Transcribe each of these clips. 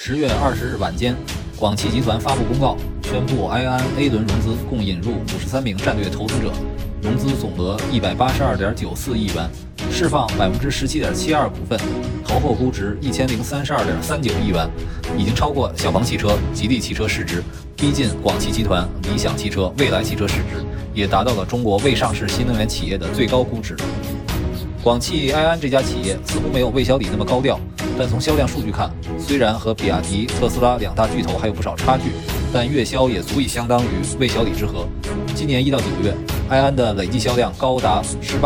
10月20日晚间，广汽集团发布公告，宣布埃安 A 轮融资共引入53名战略投资者，融资总额182.94亿元，释放17.72%股份，投后估值1032.39亿元，已经超过小鹏汽车、吉利汽车市值，逼近广汽集团、理想汽车、蔚来汽车市值，也达到了中国未上市新能源企业的最高估值。广汽埃安这家企业似乎没有魏小李那么高调，但从销量数据看，虽然和比亚迪、特斯拉两大巨头还有不少差距，但月销也足以相当于魏小李之和。今年1到9个月，埃安的累计销量高达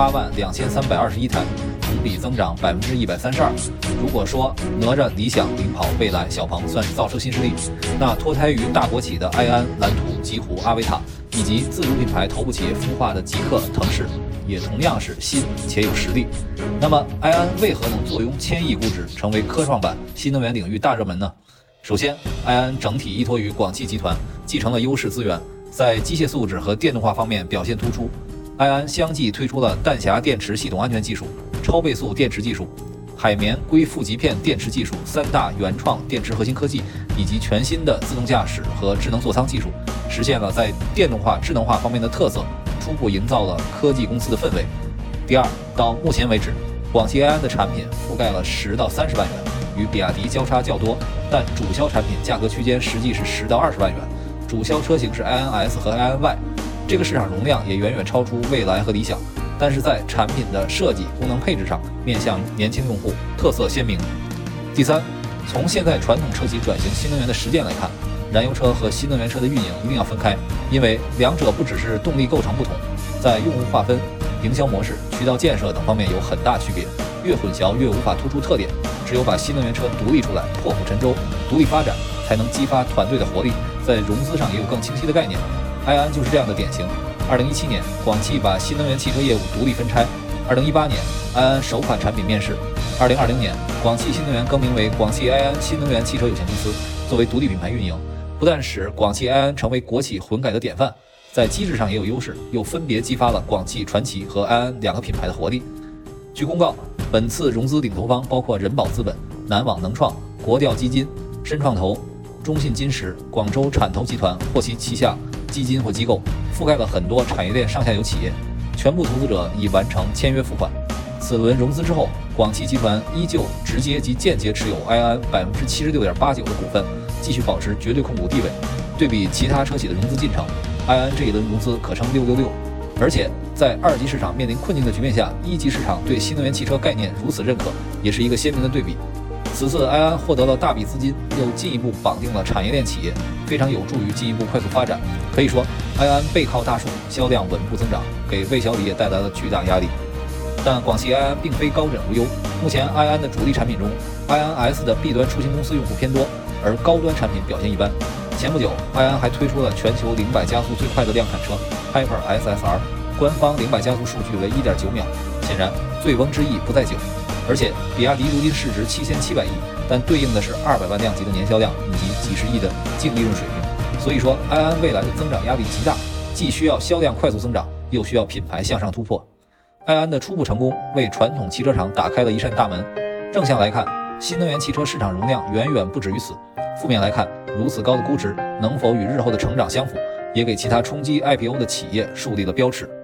182321台，同比增长132%。如果说哪吒、理想领跑蔚来、小鹏算是造车新势力，那脱胎于大国企的埃安、蓝图、极狐、阿维塔，以及自主品牌头部企业孵化的极客、腾势，也同样是新且有实力。那么埃安为何能坐拥1000亿估值，成为科创板新能源领域大热门呢？首先，埃安整体依托于广汽集团，继承了优势资源，在机械素质和电动化方面表现突出。埃安相继推出了弹匣电池系统安全技术、超倍速电池技术、海绵硅负极片电池技术3大原创电池核心科技，以及全新的自动驾驶和智能座舱技术，实现了在电动化、智能化方面的特色，初步营造了科技公司的氛围。第二，到目前为止，广汽埃安的产品覆盖了10到30万元，与比亚迪交叉较多，但主销产品价格区间实际是10到20万元，主销车型是埃安 S 和埃安 Y， 这个市场容量也远远超出蔚来和理想，但是在产品的设计、功能配置上面向年轻用户，特色鲜明。第三，从现在传统车企转型新能源的实践来看，燃油车和新能源车的运营一定要分开，因为两者不只是动力构成不同，在用户划分、营销模式、渠道建设等方面有很大区别，越混淆越无法突出特点。只有把新能源车独立出来，破釜沉舟，独立发展，才能激发团队的活力，在融资上也有更清晰的概念。埃安就是这样的典型。2017年，广汽把新能源汽车业务独立分拆。2018年，埃安首款产品面世。2020年，广汽新能源更名为广汽埃安新能源汽车有限公司，作为独立品牌运营，不但使广汽埃安成为国企混改的典范，在机制上也有优势，又分别激发了广汽传祺和埃安两个品牌的活力。据公告，本次融资领投方包括人保资本、南网能创、国调基金、深创投、中信金石、广州产投集团或其旗下基金或机构，覆盖了很多产业链上下游企业，全部投资者已完成签约付款。此轮融资之后，广汽集团依旧直接及间接持有埃安76.89%的股份，继续保持绝对控股地位。对比其他车企的融资进程，埃安这一轮融资可称666。而且在二级市场面临困境的局面下，一级市场对新能源汽车概念如此认可，也是一个鲜明的对比。此次埃安获得了大笔资金，又进一步绑定了产业链企业，非常有助于进一步快速发展。可以说，埃安背靠大树，销量稳步增长，给魏小李也带来了巨大压力。但广汽埃安并非高枕无忧，目前埃安的主力产品中，埃安 S 的 B 端出行公司用户偏多，而高端产品表现一般。前不久，埃安还推出了全球0-100加速最快的量产车 Hyper SSR， 官方0-100加速数据为1.9秒。显然，醉翁之意不在酒。而且，比亚迪如今市值7700亿，但对应的是200万辆级的年销量以及几十亿的净利润水平。所以说，埃安未来的增长压力极大，既需要销量快速增长，又需要品牌向上突破。埃安的初步成功为传统汽车厂打开了一扇大门。正向来看，新能源汽车市场容量远远不止于此；负面来看，如此高的估值能否与日后的成长相符，也给其他冲击 IPO 的企业树立了标尺。